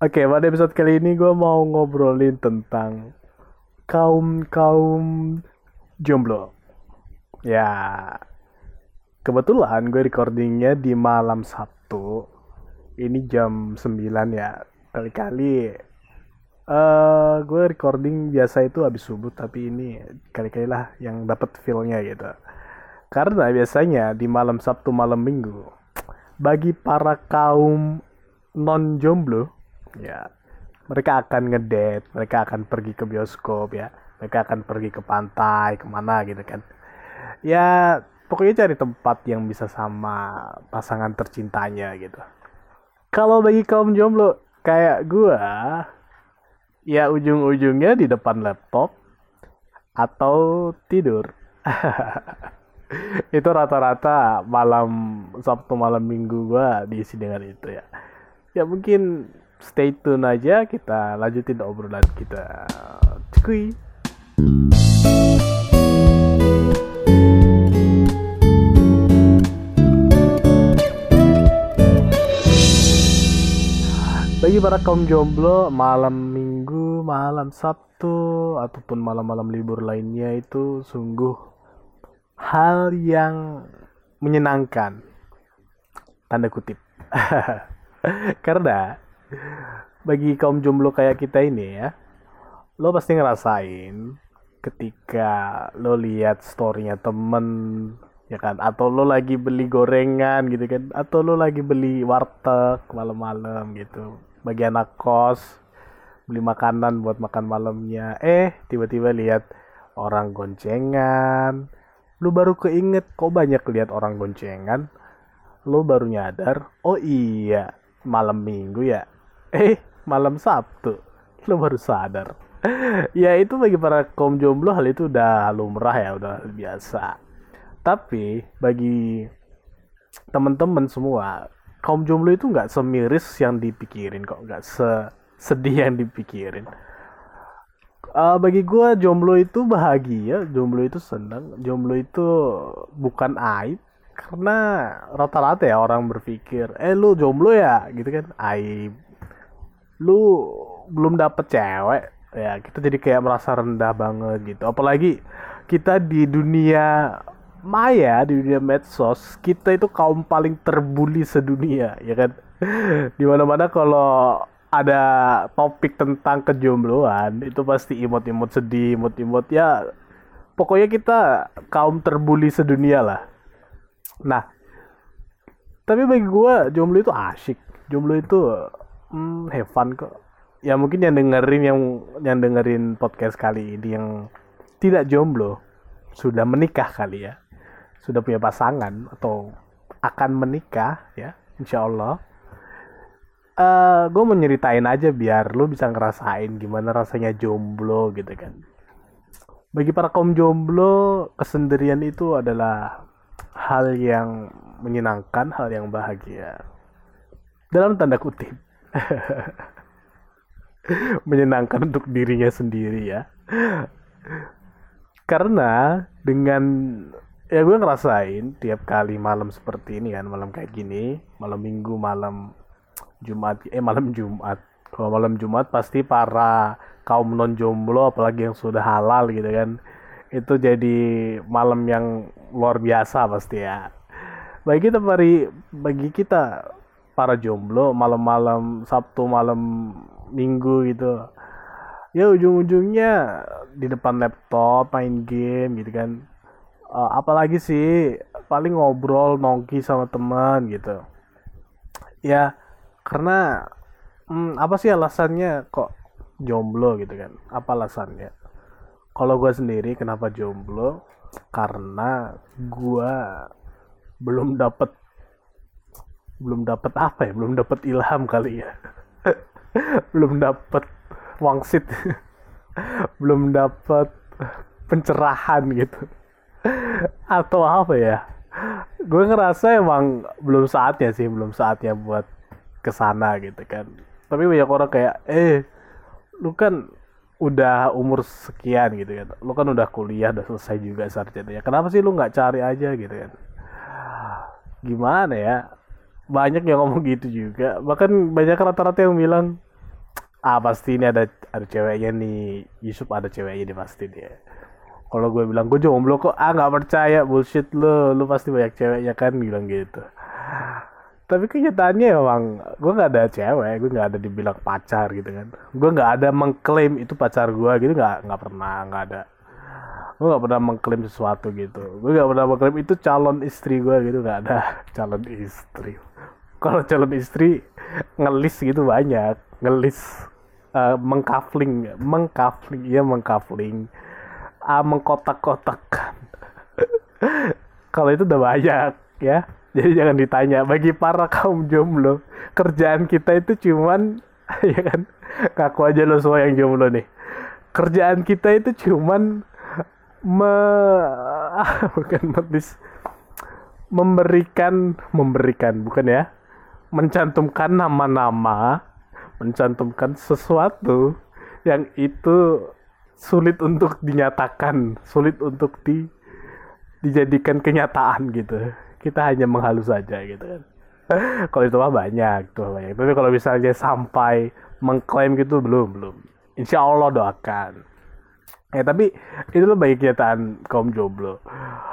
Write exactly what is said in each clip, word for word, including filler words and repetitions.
Oke, pada episode kali ini gue mau ngobrolin tentang kaum-kaum jomblo. Ya, kebetulan gue recordingnya di malam Sabtu. Ini jam sembilan ya. Kali-kali eh gue recording biasa itu habis subuh, tapi ini kali-kali lah yang dapat feel-nya gitu. Karena biasanya di malam Sabtu malam Minggu, bagi para kaum non jomblo, ya mereka akan ngedate, mereka akan pergi ke bioskop ya, mereka akan pergi ke pantai, kemana gitu kan. Ya pokoknya cari tempat yang bisa sama pasangan tercintanya gitu. Kalau bagi kaum jomblo kayak gua, ya ujung-ujungnya di depan laptop atau tidur. Itu rata-rata malam Sabtu malam Minggu gua diisi dengan itu ya. Ya mungkin stay tune aja, kita lanjutin obrolan kita. Cukui. Bagi para kaum jomblo, malam Minggu, malam Sabtu, ataupun malam-malam libur lainnya itu sungguh hal yang menyenangkan, tanda kutip. Karena bagi kaum jomblo kayak kita ini ya, lo pasti ngerasain ketika lo lihat storynya temen, ya kan, atau lo lagi beli gorengan gitu kan, atau lo lagi beli warteg malam-malam gitu, bagi anak kos beli makanan buat makan malamnya, eh tiba-tiba lihat orang goncengan, lo baru keinget kok banyak lihat orang goncengan, lo baru nyadar, oh iya malam Minggu ya, eh malam Sabtu lo baru sadar. Ya itu bagi para kaum jomblo hal itu udah lumrah ya, udah biasa. Tapi bagi teman-teman semua, kaum jomblo itu nggak semiris yang dipikirin kok, nggak sesedih yang dipikirin. Uh, bagi gue jomblo itu bahagia, jomblo itu senang, jomblo itu bukan aib. Karena rata-rata ya orang berpikir, eh lu jomblo ya, gitu kan, aib. Lu belum dapet cewek, ya kita jadi kayak merasa rendah banget gitu. Apalagi kita di dunia maya, di dunia medsos, kita itu kaum paling terbuli sedunia, ya kan. Dimana-mana kalau ada topik tentang kejombloan itu pasti imut-imut sedih, imut-imut ya, pokoknya kita kaum terbuli sedunia lah. Nah, tapi bagi gue jomblo itu asyik, jomblo itu hmm, have fun kok. Ya mungkin yang dengerin yang yang dengerin podcast kali ini yang tidak jomblo sudah menikah kali ya, sudah punya pasangan atau akan menikah ya, insya Allah. Uh, gue mau nyeritain aja biar lu bisa ngerasain gimana rasanya jomblo gitu kan. Bagi para kaum jomblo, kesendirian itu adalah hal yang menyenangkan, hal yang bahagia. Dalam tanda kutip. Menyenangkan untuk dirinya sendiri ya. Karena dengan ya gue ngerasain tiap kali malam seperti ini kan, malam kayak gini, malam Minggu, malam Jumat, eh malam Jumat. Kalau malam Jumat pasti para kaum non jomblo apalagi yang sudah halal gitu kan, itu jadi malam yang luar biasa pasti ya. Bagi kita pari, bagi kita para jomblo malam-malam Sabtu malam Minggu gitu, ya ujung-ujungnya di depan laptop main game gitu kan. Uh, apalagi sih paling ngobrol nongki sama teman gitu ya, karena hmm, apa sih alasannya kok jomblo gitu kan, apa alasannya? Kalau gue sendiri kenapa jomblo, karena gue belum dapet belum dapet apa ya, belum dapet ilham kali ya. Belum dapet wangsit. Belum dapet pencerahan gitu, atau apa ya, gue ngerasa emang belum saatnya sih, belum saatnya buat kesana gitu kan. Tapi banyak orang kayak, eh lu kan udah umur sekian gitu kan, lu kan udah kuliah, udah selesai juga sarjana, kenapa sih lu nggak cari aja gitu kan. Gimana ya, banyak yang ngomong gitu juga, bahkan banyak rata-rata yang bilang ah pasti ini ada ada ceweknya nih, Yusuf ada ceweknya nih pasti dia. Kalau gue bilang gue jomblo kok, ah nggak percaya, bullshit lu, lu pasti banyak ceweknya kan, bilang gitu. Tapi kenyataannya emang gue nggak ada cewek, gue nggak ada dibilang pacar gitu kan. Gue nggak ada mengklaim itu pacar gue gitu, nggak nggak pernah, nggak ada. Gue nggak pernah mengklaim sesuatu gitu. Gue nggak pernah mengklaim itu calon istri gue gitu, nggak ada calon istri. Kalau calon istri ngelis gitu banyak, ngelis uh, mengkafling, mengkafling, iya mengkafling, ah mengkotak-kotakkan. Kalau itu udah banyak ya. Jadi jangan ditanya. Bagi para kaum jomblo, kerjaan kita itu cuman ya kan, ngaku aja lo semua yang jomblo nih. Kerjaan kita itu cuman me bukan menulis, memberikan memberikan bukan ya, mencantumkan nama-nama, mencantumkan sesuatu yang itu sulit untuk dinyatakan, sulit untuk di dijadikan kenyataan gitu. Kita hanya menghalus saja gitu kan. Kalau itu mah banyak tuh banyak. Tapi kalau misalnya sampai mengklaim gitu belum belum. Insya Allah doakan. Ya tapi itu lo bagi kenyataan kaum jomblo.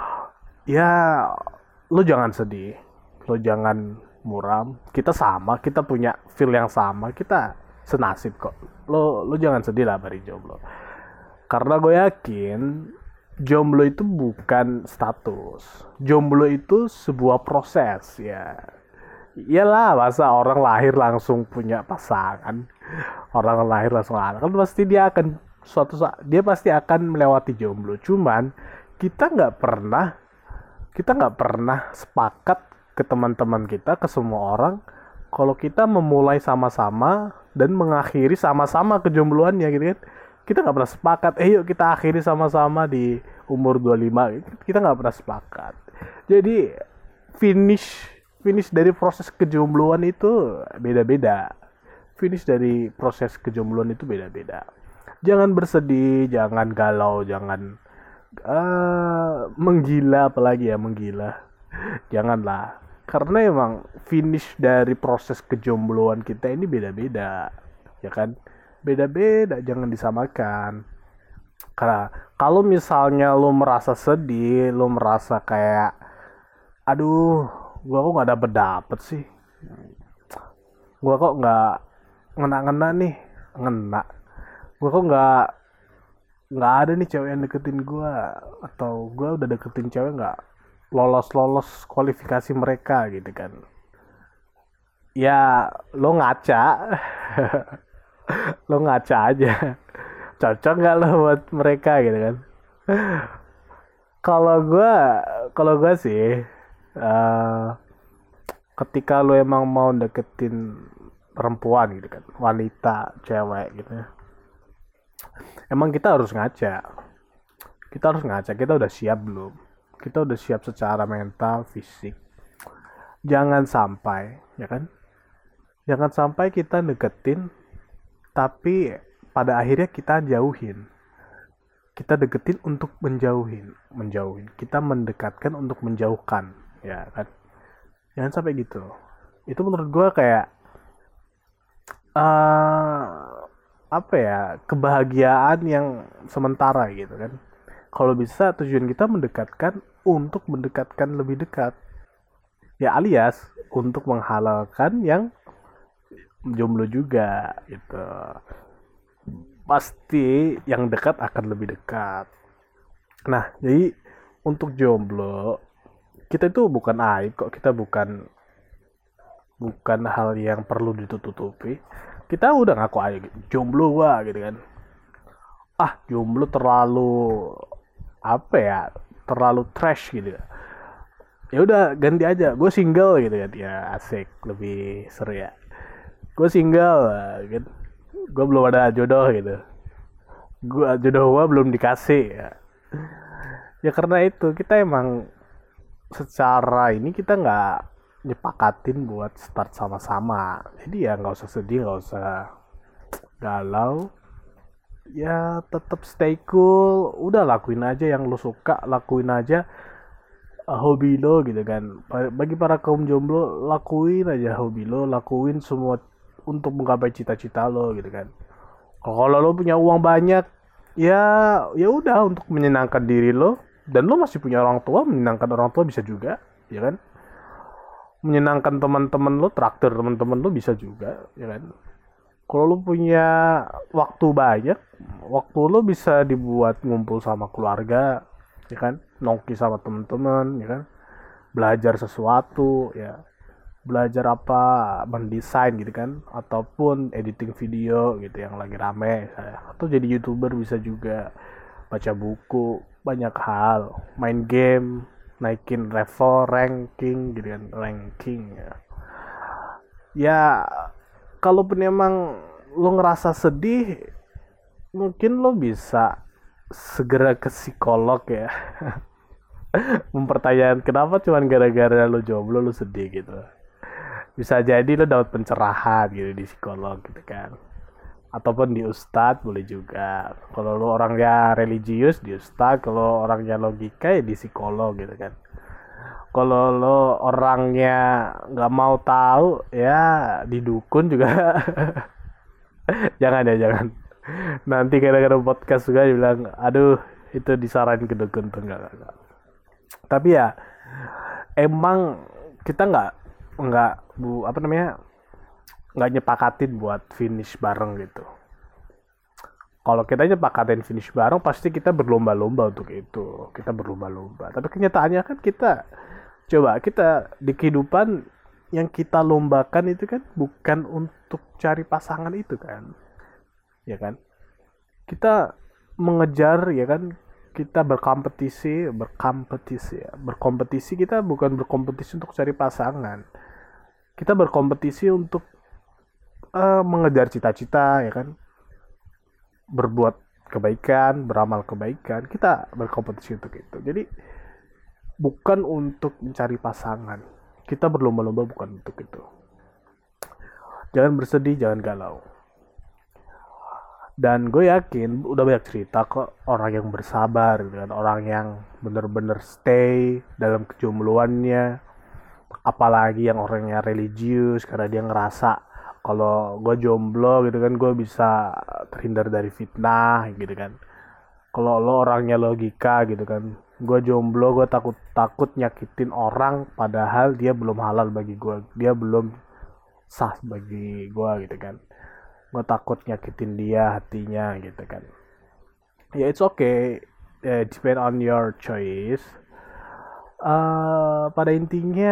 Ya lo jangan sedih, lo jangan muram. Kita sama, kita punya feel yang sama, kita senasib kok. Lo lo jangan sedih lah bari jomblo. Karena gue yakin jomblo itu bukan status. Jomblo itu sebuah proses ya. Iyalah, masa orang lahir langsung punya pasangan. Orang lahir langsung anak. Kan pasti dia akan suatu saat dia pasti akan melewati jomblo. Cuman kita nggak pernah kita nggak pernah sepakat ke teman-teman kita, ke semua orang, kalau kita memulai sama-sama dan mengakhiri sama-sama kejombloannya gitu kan. Kita nggak pernah sepakat, eh yuk kita akhiri sama-sama di umur dua puluh lima. Kita nggak pernah sepakat. Jadi finish finish dari proses kejombloan itu beda-beda. Finish dari proses kejombloan itu beda-beda. Jangan bersedih, jangan galau, jangan uh, menggila, apalagi ya menggila. Janganlah. Karena emang finish dari proses kejombloan kita ini beda-beda. Ya kan? Beda-beda, jangan disamakan. Karena kalau misalnya lo merasa sedih, lo merasa kayak aduh, gua kok nggak dapet dapet sih, gua kok nggak ngena-ngena nih, ngena, gua kok nggak nggak ada nih cewek yang deketin gua, atau gua udah deketin cewek nggak lolos lolos kualifikasi mereka gitu kan. Ya lo ngaca. Lo ngaca aja, cocok nggak lo buat mereka gitu kan. Kalau gue kalau gue sih uh, ketika lo emang mau deketin perempuan gitu kan, wanita, cewek gitu, emang kita harus ngaca. Kita harus ngaca, kita udah siap belum, kita udah siap secara mental, fisik. Jangan sampai ya kan, jangan sampai kita deketin tapi pada akhirnya kita jauhin. Kita deketin untuk menjauhin, menjauhin. Kita mendekatkan untuk menjauhkan, ya kan? Jangan sampai gitu. Itu menurut gue kayak uh, apa ya, kebahagiaan yang sementara gitu kan. Kalau bisa tujuan kita mendekatkan untuk mendekatkan lebih dekat. Ya alias untuk menghalalkan yang jomblo juga gitu. Pasti yang dekat akan lebih dekat. Nah, jadi untuk jomblo kita itu bukan aib kok, kita bukan bukan hal yang perlu ditutupi. Kita udah ngaku aja gitu, jomblo gua gitu kan. Ah, jomblo terlalu apa ya? Terlalu trash gitu. Ya udah ganti aja, gue single gitu kan. Ya asik, lebih seru ya. Gue single gitu. Gue belum ada jodoh gitu. Gue jodoh gue belum dikasih ya. Ya karena itu kita emang secara ini kita nggak nyepakatin buat start sama-sama. Jadi ya nggak usah sedih, nggak usah galau. Ya tetap stay cool. Udah lakuin aja yang lo suka, lakuin aja uh, hobi lo gitu kan. Bagi para kaum jomblo, lakuin aja hobi lo, lakuin semua untuk menggapai cita-cita lo gitu kan. Kalau lo punya uang banyak, ya ya udah untuk menyenangkan diri lo, dan lo masih punya orang tua, menyenangkan orang tua bisa juga, ya kan? Menyenangkan teman-teman lo, traktir teman-teman lo bisa juga, ya kan? Kalau lo punya waktu banyak, waktu lo bisa dibuat ngumpul sama keluarga, ya kan? Nongki sama teman-teman, ya kan? Belajar sesuatu, ya. Belajar apa, mendesain gitu kan, ataupun editing video gitu yang lagi rame, atau jadi youtuber bisa juga, baca buku, banyak hal, main game, naikin level, ranking gitu kan, ranking ya. Ya, kalaupun emang lo ngerasa sedih, mungkin lo bisa segera ke psikolog ya. Mempertanyakan kenapa cuman gara-gara lo jomblo lo sedih gitu. Bisa jadi lo dapat pencerahan gitu di psikolog gitu kan, ataupun di ustadz boleh juga. Kalau lo orangnya religius di ustadz, kalau orangnya logika ya di psikolog gitu kan. Kalau lo orangnya nggak mau tahu ya di dukun juga. Jangan ya, jangan, nanti gara-gara podcast juga dibilang aduh itu disarankan ke dukun tuh. Enggak, enggak. Tapi ya emang kita nggak nggak bu apa namanya nggak nyepakatin buat finish bareng gitu. Kalau kita nyepakatin finish bareng, pasti kita berlomba-lomba untuk itu, kita berlomba-lomba. Tapi kenyataannya kan kita coba kita di kehidupan yang kita lombakan itu kan bukan untuk cari pasangan itu kan, ya kan? Kita mengejar, ya kan? Kita berkompetisi, berkompetisi ya, berkompetisi kita bukan berkompetisi untuk cari pasangan. Kita berkompetisi untuk uh, mengejar cita-cita, ya kan? Berbuat kebaikan, beramal kebaikan. Kita berkompetisi untuk itu. Jadi bukan untuk mencari pasangan. Kita berlomba-lomba bukan untuk itu. Jangan bersedih, jangan galau. Dan gue yakin udah banyak cerita kok orang yang bersabar dengan orang yang bener-bener stay dalam kejombloannya, apalagi yang orangnya religius karena dia ngerasa kalau gue jomblo gitu kan gue bisa terhindar dari fitnah gitu kan. Kalau lo orangnya logika gitu kan, gue jomblo gue takut takut nyakitin orang padahal dia belum halal bagi gue, dia belum sah bagi gue gitu kan. Gue takut nyakitin dia hatinya gitu kan. Ya it's okay, uh, depend on your choice. Uh, pada intinya,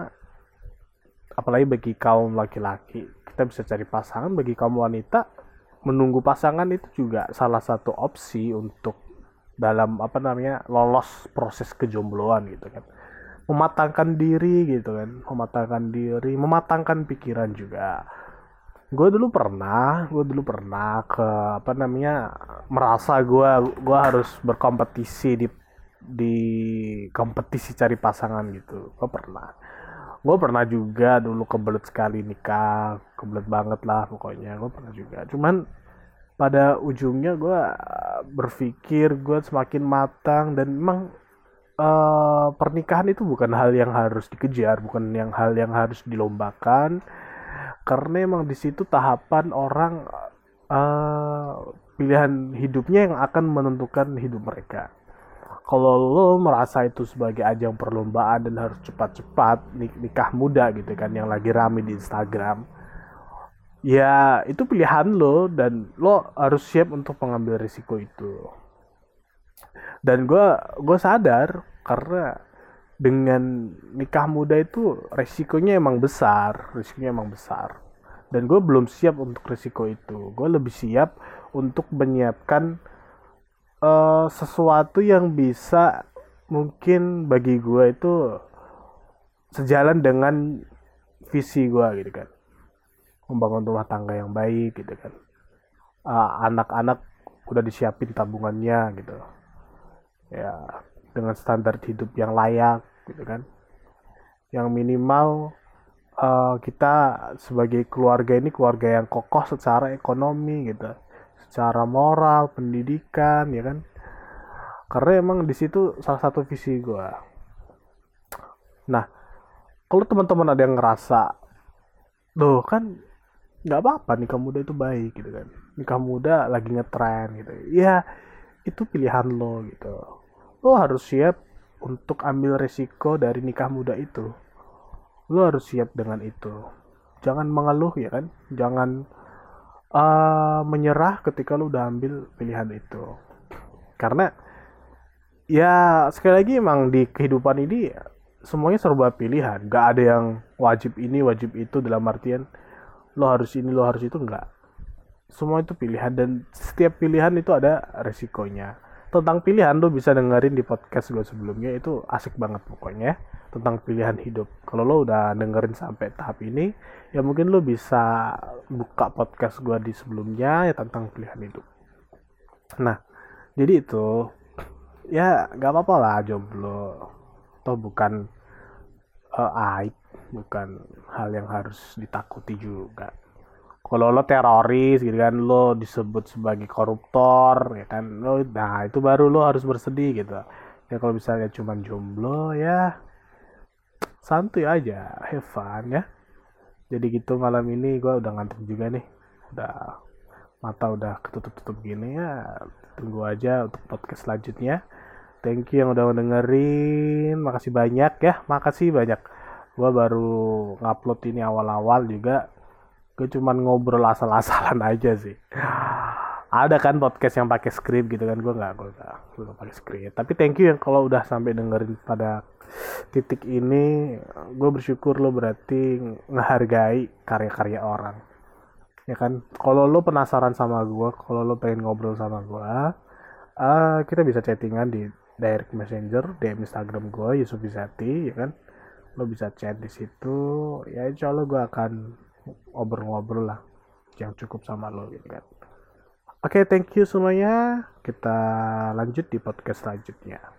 apalagi bagi kaum laki-laki, kita bisa cari pasangan. Bagi kaum wanita, menunggu pasangan itu juga salah satu opsi untuk dalam apa namanya lolos proses kejombloan gitu kan. Mematangkan diri gitu kan, mematangkan diri, mematangkan pikiran juga. Gue dulu pernah, gue dulu pernah ke apa namanya merasa gue gue harus berkompetisi di di kompetisi cari pasangan gitu. Gue pernah, gue pernah juga dulu kebelet sekali nikah, kebelet banget lah pokoknya. Gue pernah juga. Cuman pada ujungnya gue berpikir gue semakin matang dan memang uh, pernikahan itu bukan hal yang harus dikejar, bukan yang hal yang harus dilombakan. Karena emang di situ tahapan orang uh, pilihan hidupnya yang akan menentukan hidup mereka. Kalau lo merasa itu sebagai ajang perlombaan dan harus cepat-cepat nik- nikah muda gitu kan yang lagi rame di Instagram, ya itu pilihan lo dan lo harus siap untuk mengambil risiko itu. Dan gue gue sadar karena dengan nikah muda itu resikonya emang besar, resikonya emang besar. Dan gue belum siap untuk resiko itu. Gue lebih siap untuk menyiapkan uh, sesuatu yang bisa mungkin bagi gue itu sejalan dengan visi gue gitu kan. Membangun rumah tangga yang baik gitu kan. Uh, anak-anak udah disiapin tabungannya gitu. Ya, dengan standar hidup yang layak gitu kan, yang minimal uh, kita sebagai keluarga ini keluarga yang kokoh secara ekonomi gitu, secara moral, pendidikan ya kan, karena emang di situ salah satu visi gue. Nah, kalau teman-teman ada yang ngerasa, loh kan nggak apa-apa nikah muda itu baik gitu kan, nikah muda lagi ngetren gitu ya, itu pilihan lo gitu. Lo harus siap untuk ambil resiko dari nikah muda itu, lo harus siap dengan itu. Jangan mengeluh ya kan, jangan uh, menyerah ketika lo udah ambil pilihan itu, karena ya sekali lagi emang di kehidupan ini semuanya serba pilihan, gak ada yang wajib ini wajib itu dalam artian lo harus ini lo harus itu, enggak. Semua itu pilihan dan setiap pilihan itu ada resikonya. Tentang pilihan lo bisa dengerin di podcast gue sebelumnya, itu asik banget pokoknya tentang pilihan hidup. Kalau lo udah dengerin sampai tahap ini, ya mungkin lo bisa buka podcast gue di sebelumnya ya tentang pilihan hidup. Nah, jadi itu ya gak apa-apa lah jomblo, atau bukan uh, aib, bukan hal yang harus ditakuti juga. Kalau lo teroris gitu kan, lo disebut sebagai koruptor ya kan, lo nah itu baru lo harus bersedih gitu. Ya kalau misalnya cuman jomblo ya santuy aja, have fun ya. Jadi gitu, malam ini gue udah ngantuk juga nih, udah mata udah ketutup-tutup gini ya. Tunggu aja untuk podcast selanjutnya. Thank you yang udah dengerin, makasih banyak ya, makasih banyak. Gue baru ngupload ini awal-awal juga, gue cuman ngobrol asal-asalan aja sih. Ada kan podcast yang pakai skrip gitu kan, gue nggak, gue nggak, gue nggak pakai skrip. Tapi thank you yang kalau udah sampai dengerin pada titik ini, gue bersyukur lo berarti ngehargai karya-karya orang. Ya kan, kalau lo penasaran sama gue, kalau lo pengen ngobrol sama gue, uh, kita bisa chattingan di direct messenger D M Instagram gue Yusuf Izati ya kan, lo bisa chat di situ ya, insya Allah gue akan ngobrol-ngobrol lah yang cukup sama lo gitu kan. Oke, okay, thank you semuanya, kita lanjut di podcast selanjutnya.